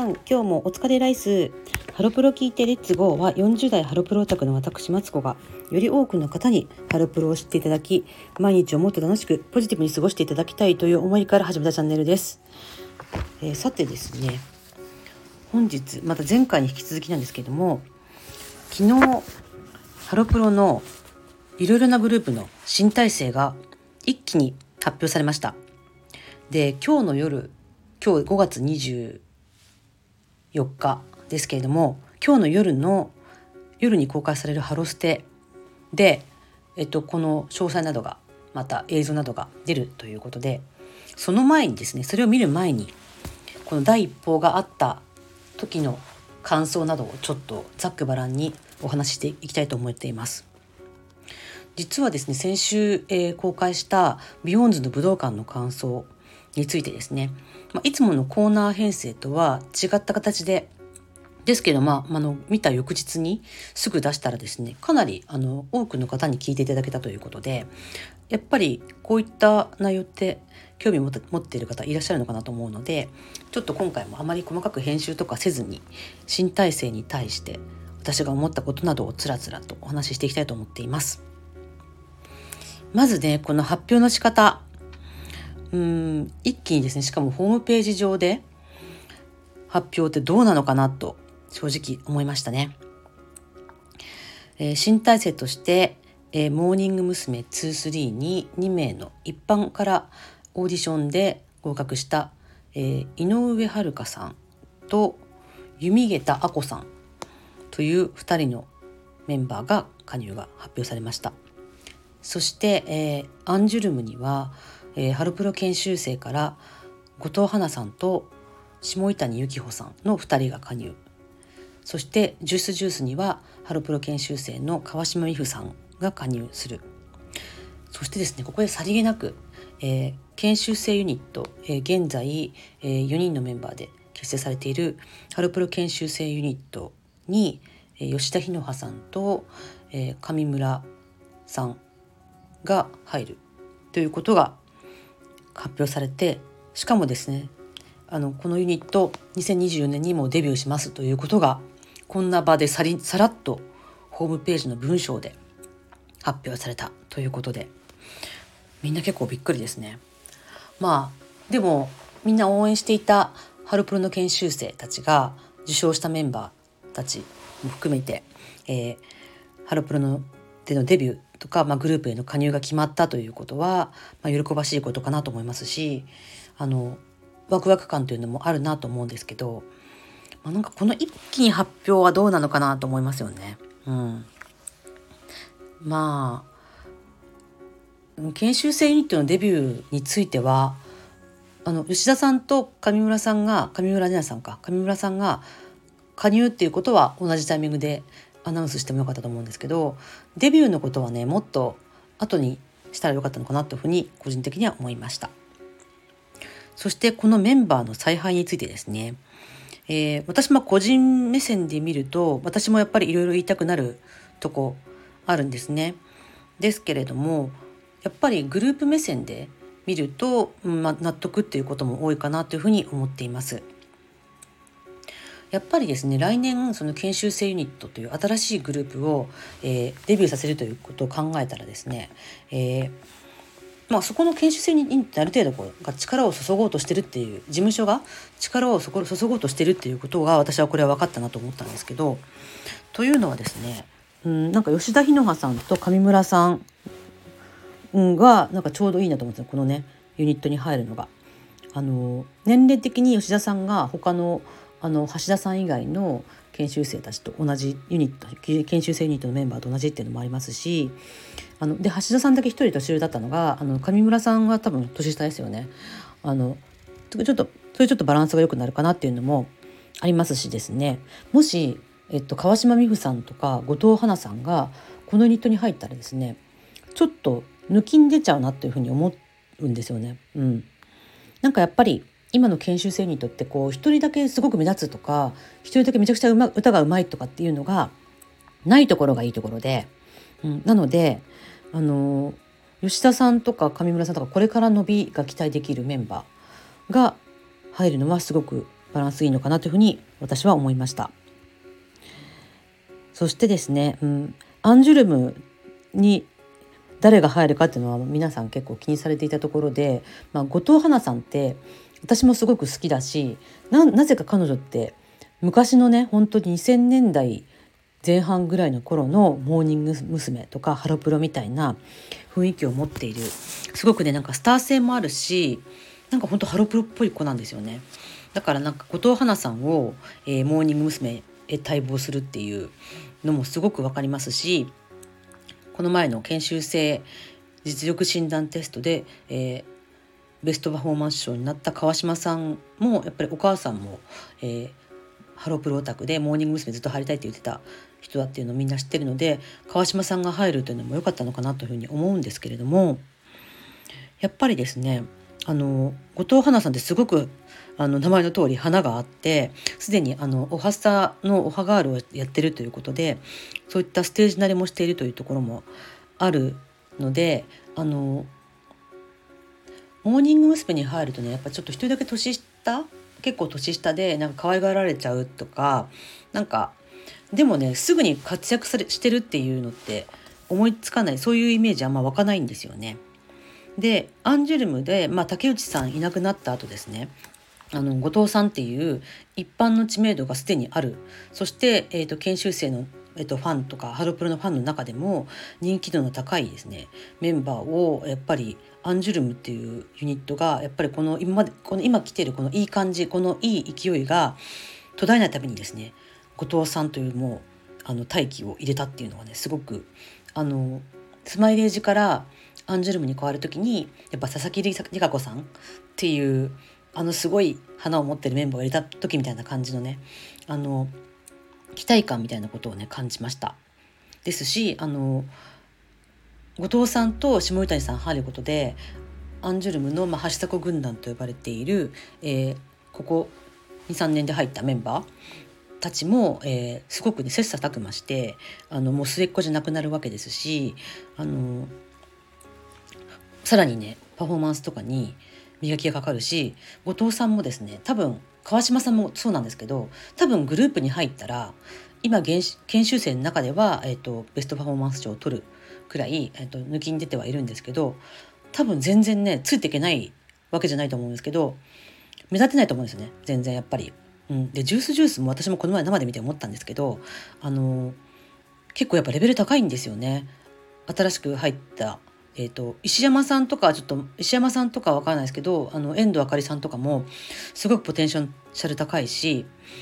ん、今日もお疲れライス。ハロプロ聞いてレッツゴーは40代ハロプロオタクの私マツコがより多くの方にハロプロを知っていただき、毎日をもっと楽しくポジティブに過ごしていただきたいという思いから始めたチャンネルです。さてですね、本日また前回に引き続きなんですけれども、昨日ハロプロのいろいろなグループの新体制が一気に発表されました。で、今日5月24日ですけれども、今日の夜に公開されるハロステで、この詳細などがまた映像などが出るということで、その前にですね、それを見る前にこの第一報があった時の感想などをちょっとざっくばらんにお話ししていきたいと思っています。実はですね、先週、公開したビヨンズの武道館の感想についてですね、いつものコーナー編成とは違った形ですけど、見た翌日にすぐ出したらですね、かなり多くの方に聞いていただけたということで、やっぱりこういった内容って興味を持っている方いらっしゃるのかなと思うので、ちょっと今回もあまり細かく編集とかせずに、新体制に対して私が思ったことなどをつらつらとお話ししていきたいと思っています。まずね、この発表の仕方、一気にですね、しかもホームページ上で発表ってどうなのかなと正直思いましたね。新体制として、モーニング娘。23に2名の一般からオーディションで合格した、井上遥さんと弓削田亜子さんという2人のメンバーが加入が発表されました。そして、アンジュルムには、ハロプロ研修生から後藤花さんと下谷幸穂さんの2人が加入。そしてジュースにはハロプロ研修生の川島美穂さんが加入する。そしてですね、ここでさりげなく、研修生ユニット、現在、4人のメンバーで結成されているハロプロ研修生ユニットに、吉田ひのはさんと、上村さんが入るということが発表されて、しかもですね、このユニット2024年にもデビューしますということがこんな場でさらっとホームページの文章で発表されたということで、みんな結構びっくりですね。でもみんな応援していたハロプロの研修生たちが受賞したメンバーたちも含めて、ハロプロでのデビューとか、グループへの加入が決まったということは、喜ばしいことかなと思いますし、ワクワク感というのもあるなと思うんですけど、なんかこの一気に発表はどうなのかなと思いますよね。研修生ユニットのデビューについては、吉田さんと上村さんが加入っていうことは同じタイミングでアナウンスしてもよかったと思うんですけど、デビューのことはね、もっと後にしたらよかったのかなというふうに個人的には思いました。そしてこのメンバーの采配についてですね、私も個人目線で見ると、私もやっぱりいろいろ言いたくなるとこあるんですね。ですけれども、やっぱりグループ目線で見ると、納得っていうことも多いかなというふうに思っています。やっぱりですね、来年その研修生ユニットという新しいグループを、デビューさせるということを考えたらですね、そこの研修生ユニットある程度が力を注ごうとしてるっていう、事務所が力を注ごうとしてるっていうことが私はこれは分かったなと思ったんですけど、というのはですね、なんか吉田ひのはさんと上村さんがなんかちょうどいいなと思って、このねユニットに入るのが、年齢的に吉田さんが他の橋田さん以外の研修生たちと同じ研修生ユニットのメンバーと同じっていうのもありますし、で橋田さんだけ一人年上だったのが、上村さんは多分年下ですよね。ちょっとバランスが良くなるかなっていうのもありますしですね、もし、川島美穂さんとか後藤花さんがこのユニットに入ったらですね、ちょっと抜きに出ちゃうなっていうふうに思うんですよね。なんかやっぱり今の研修生ユニットって一人だけすごく目立つとか、一人だけめちゃくちゃ歌がうまいとかっていうのがないところがいいところで、なので吉田さんとか上村さんとかこれから伸びが期待できるメンバーが入るのはすごくバランスいいのかなというふうに私は思いました。そしてですね、アンジュルムに誰が入るかっていうのは皆さん結構気にされていたところで、後藤花さんって私もすごく好きだし、なぜか彼女って昔のね、本当に2000年代前半ぐらいの頃のモーニング娘。とかハロプロみたいな雰囲気を持っている、すごくね、なんかスター性もあるし、なんか本当ハロプロっぽい子なんですよね。だからなんか後藤花さんを、モーニング娘。へ待望するっていうのもすごくわかりますし、この前の研修生実力診断テストで、ベストパフォーマンス賞になった川島さんもやっぱりお母さんも、ハロプロオタクでモーニング娘。ずっと入りたいって言ってた人だっていうのをみんな知ってるので、川島さんが入るというのも良かったのかなというふうに思うんですけれども、やっぱりですね、後藤花さんってすごく名前の通り花があって、すでにおはスタのおはガールをやってるということで、そういったステージ慣れもしているというところもあるので、モーニング娘。に入るとね、やっぱちょっと一人だけ結構年下でなんか可愛がられちゃうとか、なんかでもね、すぐに活躍してるっていうのって思いつかない、そういうイメージあんま湧かないんですよね。でアンジュルムで、竹内さんいなくなった後ですね、後藤さんっていう一般の知名度がすでにある、そして、研修生の、ファンとかハロプロのファンの中でも人気度の高いですねメンバーを、やっぱりアンジュルムっていうユニットがやっぱりこの今来てるこのいい感じ、このいい勢いが途絶えないためにですね、後藤さんというもう大器を入れたっていうのがね、すごくスマイレージからアンジュルムに変わる時にやっぱ佐々木里香子さんっていうすごい花を持ってるメンバーを入れた時みたいな感じのね、期待感みたいなことをね感じました。ですし後藤さんと下谷さん入ることでアンジュルムの、橋迫軍団と呼ばれている、ここ 2,3 年で入ったメンバーたちも、すごくね切磋琢磨してもう末っ子じゃなくなるわけですし、さらにねパフォーマンスとかに磨きがかかるし、後藤さんもですね、多分川島さんもそうなんですけど、多分グループに入ったら今研修生の中では、ベストパフォーマンス賞を取るくらい、抜きに出てはいるんですけど、多分全然ねついていけないわけじゃないと思うんですけど、目立てないと思うんですよね、全然やっぱり。でジュースも私もこの前生で見て思ったんですけど、結構やっぱレベル高いんですよね。新しく入った石山さんとかは分からないですけど、遠藤あかりさんとかもすごくポテンシャル高いし、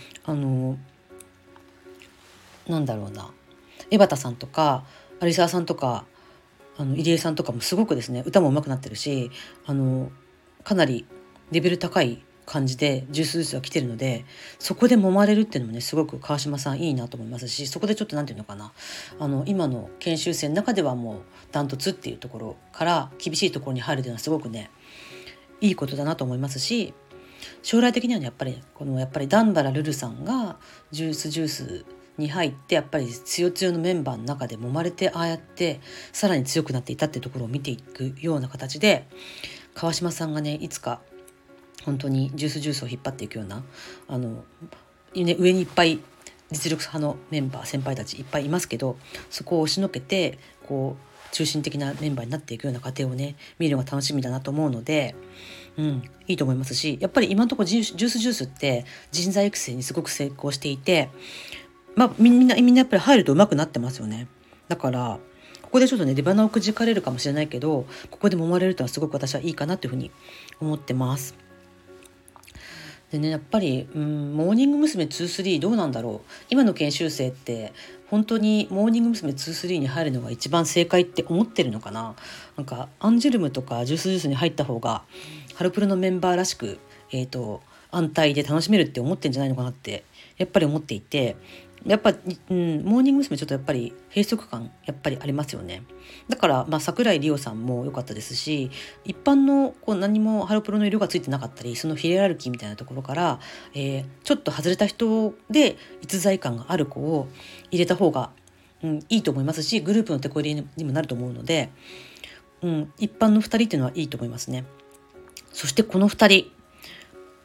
なんだろうな、江端さんとか有沢さんとか入江さんとかもすごくですね、歌も上手くなってるし、かなりレベル高い感じでジュースが来てるので、そこで揉まれるっていうのもねすごく川島さんいいなと思いますし、そこでちょっとなんていうのかな、今の研修生の中ではもうダントツっていうところから厳しいところに入るっていうのはすごくねいいことだなと思いますし、将来的にはねやっぱり段原ルルさんがジュースに入ってやっぱり強のメンバーの中で揉まれて、ああやってさらに強くなっていたっていうところを見ていくような形で、川島さんがねいつか本当にジュースを引っ張っていくような上にいっぱい実力派のメンバー先輩たちいっぱいいますけど、そこを押しのけてこう中心的なメンバーになっていくような過程をね見るのが楽しみだなと思うので、いいと思いますし、やっぱり今のところジュースって人材育成にすごく成功していて、みんなやっぱり入ると上手くなってますよね。だからここでちょっとね出花をくじかれるかもしれないけど、ここで揉まれるというのはすごく私はいいかなというふうに思ってます。でね、やっぱりモーニング娘。23どうなんだろう。今の研修生って本当にモーニング娘。23に入るのが一番正解って思ってるのかな。なんかアンジュルムとかジュースに入った方がハロプロのメンバーらしく、安泰で楽しめるって思ってんじゃないのかなってやっぱり思っていて、やっぱ、モーニング娘。ちょっとやっぱり閉塞感やっぱりありますよね。だから桜井里央さんも良かったですし、一般の何もハロプロの色がついてなかったり、そのヒエラルキーみたいなところから、ちょっと外れた人で逸材感がある子を入れた方が、いいと思いますし、グループの手こ入れにもなると思うので、一般の2人っていうのはいいと思いますね。そしてこの2人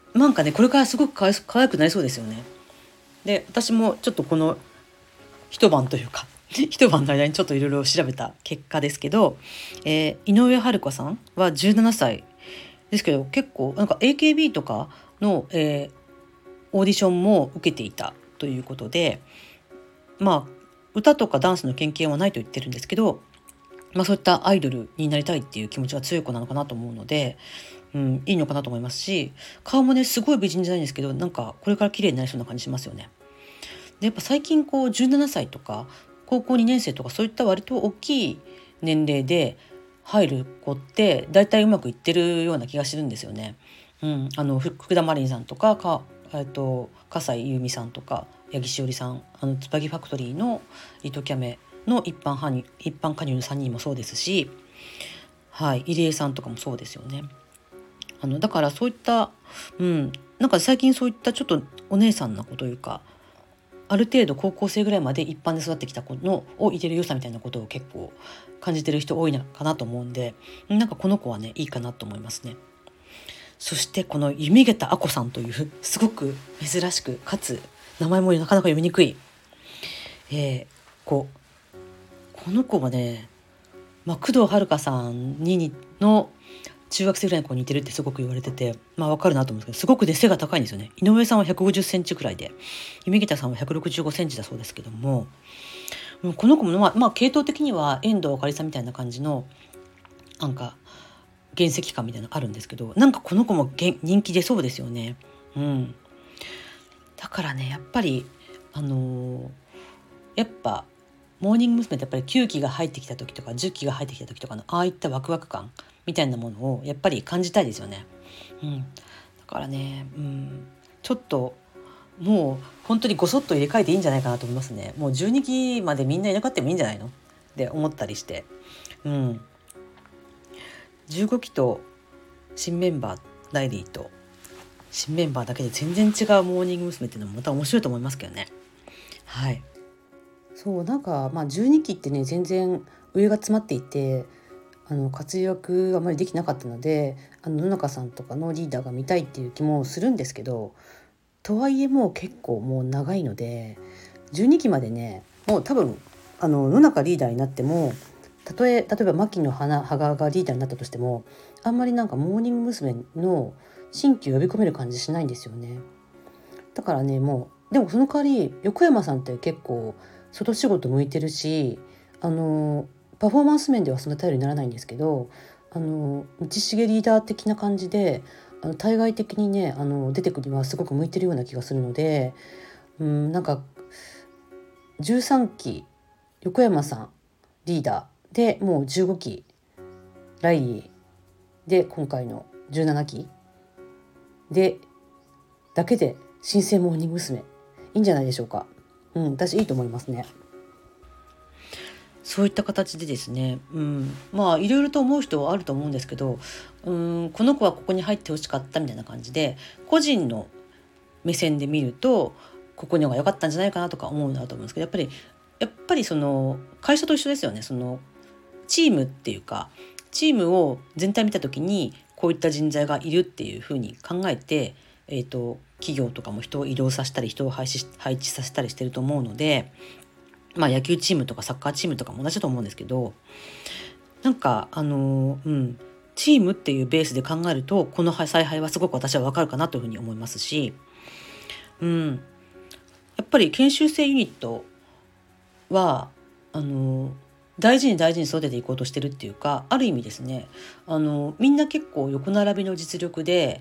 なんかねこれからすごく可愛くなりそうですよね。で私もちょっとこの一晩というか一晩の間にちょっといろいろ調べた結果ですけど、井上春子さんは17歳ですけど、結構なんか AKB とかの、オーディションも受けていたということで、まあ歌とかダンスの経験はないと言ってるんですけど、そういったアイドルになりたいっていう気持ちが強い子なのかなと思うので、いいのかなと思いますし、顔もねすごい美人じゃないんですけど、なんかこれから綺麗になりそうな感じしますよね。でやっぱ最近こう17歳とか高校2年生とかそういった割と大きい年齢で入る子って大体うまくいってるような気がするんですよね。福田真凜さんとか笠井由美さんとか八木しおりさん、椿ファクトリーのリトキャメの一般加入の3人もそうですし、入江さんとかもそうですよね。だからそういった、なんか最近そういったちょっとお姉さんな子というか、ある程度高校生ぐらいまで一般で育ってきた子のを入れる良さみたいなことを結構感じてる人多いのかなと思うんで、なんかこの子はねいいかなと思いますね。そしてこの弓桁あこさんというすごく珍しくかつ名前もなかなか読みにくい、子。この子はね、工藤遥さんの中学生ぐらいの子に似てるってすごく言われてて、分かるなと思うんですけど、すごくね背が高いんですよね。井上さんは150センチくらいで、弓桁さんは165センチだそうですけども、この子も系統的には遠藤あかりさんみたいな感じのなんか原石感みたいなのあるんですけど、なんかこの子も人気出そうですよね。だからねやっぱりやっぱモーニング娘。ってやっぱり9期が入ってきた時とか10期が入ってきた時とかのああいったワクワク感みたいなものをやっぱり感じたいですよね。だからね、ちょっともう本当にごそっと入れ替えていいんじゃないかなと思いますね。もう12期までみんないなかったもいいんじゃないのって思ったりして、15期と新メンバーライリーと新メンバーだけで全然違うモーニング娘。っていうのもまた面白いと思いますけどね。そうなんか12期ってね全然上が詰まっていて活躍があまりできなかったので野中さんとかのリーダーが見たいっていう気もするんですけど、とはいえもう結構もう長いので12期までねもう多分野中リーダーになっても例えば牧野羽がリーダーになったとしてもあんまりなんかモーニング娘。の新規を呼び込める感じしないんですよね。だからねもうでもその代わり横山さんって結構外仕事向いてるしパフォーマンス面ではそんな頼りにならないんですけど道重リーダー的な感じで対外的にね出てくるにはすごく向いてるような気がするので、なんか13期横山さんリーダーでもう15期ライリーで今回の17期でだけで新生モーニング娘。いいんじゃないでしょうか。私いいと思いますね。そういった形でですね、いろいろと思う人はあると思うんですけど、この子はここに入ってほしかったみたいな感じで個人の目線で見るとここの方が良かったんじゃないかなとか思うなと思うんですけど、やっぱりその会社と一緒ですよね。そのチームっていうかチームを全体見た時にこういった人材がいるっていうふうに考えて、企業とかも人を移動させたり人を配置させたりしてると思うので、野球チームとかサッカーチームとかも同じだと思うんですけど、なんかチームっていうベースで考えるとこの采配はすごく私は分かるかなというふうに思いますし、やっぱり研修生ユニットは大事に育てていこうとしてるっていうか、ある意味ですねみんな結構横並びの実力で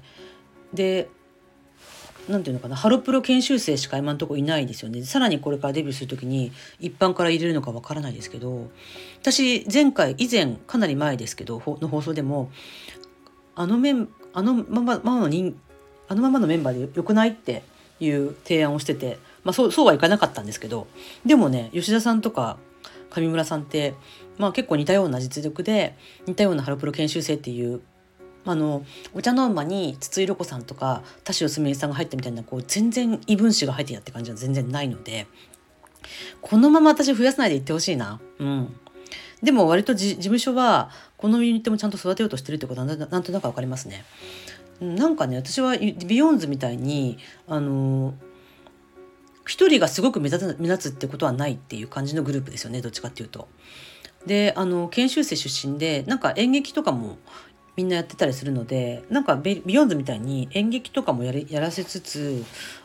なんていうのかな、ハロプロ研修生しか今のところいないですよね。さらにこれからデビューするときに一般から入れるのかわからないですけど、私以前かなり前ですけどの放送でもあのままのメンバーでよくないっていう提案をしてて、そうはいかなかったんですけど、でもね吉田さんとか上村さんって、結構似たような実力で似たようなハロプロ研修生っていうお茶の間に筒井露子さんとか田代すみれさんが入ったみたいな全然異分子が入ってやって感じは全然ないので、このまま私増やさないでいってほしいな。でも割と事務所はこのユニットもちゃんと育てようとしてるってことはなんとなく分かりますね。なんかね、私はビヨンズみたいに一人がすごく目立つってことはないっていう感じのグループですよね、どっちかっていうと。で研修生出身で、なんか演劇とかもみんなやってたりするので、なんかビヨンズみたいに演劇とかもやらせつつ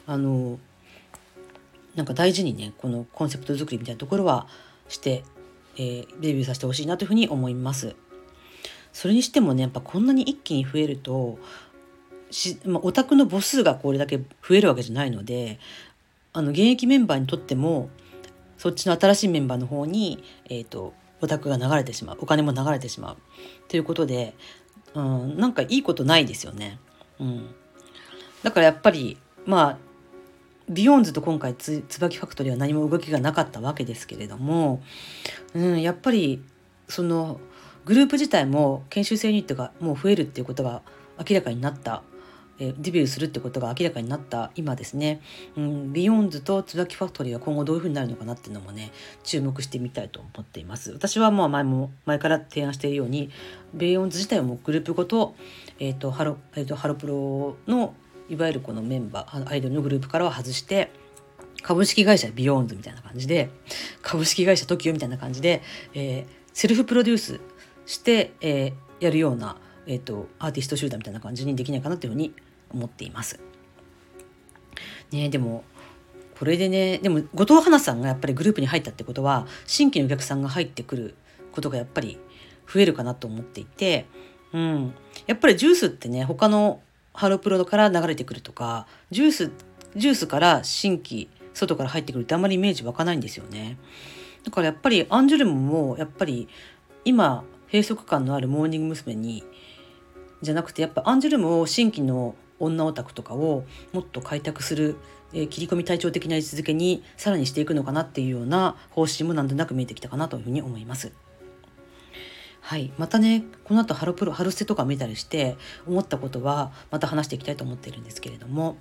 なんか大事にね、このコンセプト作りみたいなところはして、デビューさせてほしいなというふうに思います。それにしてもね、やっぱこんなに一気に増えるとオタクの母数がこれだけ増えるわけじゃないので、現役メンバーにとってもそっちの新しいメンバーの方に、オタクが流れてしまう、お金も流れてしまうということで、なんかいいことないですよね。だからやっぱりビヨンズと今回椿ファクトリーは何も動きがなかったわけですけれども、やっぱりそのグループ自体も研修生ユニットがもう増えるっていうことが明らかになった、デビューするってことが明らかになった今ですね、ビヨンズと椿ファクトリーは今後どういう風になるのかなっていうのもね、注目してみたいと思っています。私はもう前から提案しているように、ビヨンズ自体をもうグループごと、ハロプロのいわゆるこのメンバー、アイドルのグループからは外して、株式会社ビヨンズみたいな感じで、株式会社 TOKIO みたいな感じで、セルフプロデュースして、やるような、アーティスト集団みたいな感じにできないかなというふうに思っています。でもこれでね、でも後藤花さんがやっぱりグループに入ったってことは、新規のお客さんが入ってくることがやっぱり増えるかなと思っていて、やっぱりジュースってね、他のハロプロから流れてくるとか、ジュースから新規外から入ってくるってあんまりイメージ湧かないんですよね。だからやっぱりアンジュルムもやっぱり今閉塞感のあるモーニング娘。じゃなくて、やっぱアンジュルムを新規の女オタクとかをもっと開拓する、切り込み隊長的な位置づけにさらにしていくのかなっていうような方針もなんとなく見えてきたかなというふうに思います。はい、またね、この後ハルステとか見たりして思ったことはまた話していきたいと思っているんですけれども、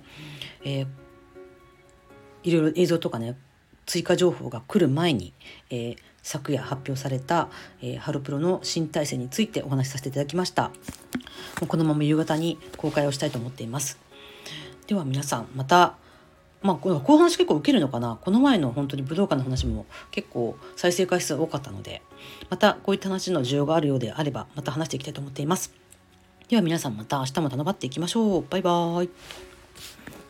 いろいろ映像とかね、追加情報が来る前に、昨夜発表された、ハロプロの新体制についてお話しさせていただきました。もうこのまま夕方に公開をしたいと思っています。では皆さんまた、この後半話結構受けるのかな。この前の本当に武道館の話も結構再生回数多かったので、またこういった話の需要があるようであればまた話していきたいと思っています。では皆さんまた明日も頑張っていきましょう。バイバーイ。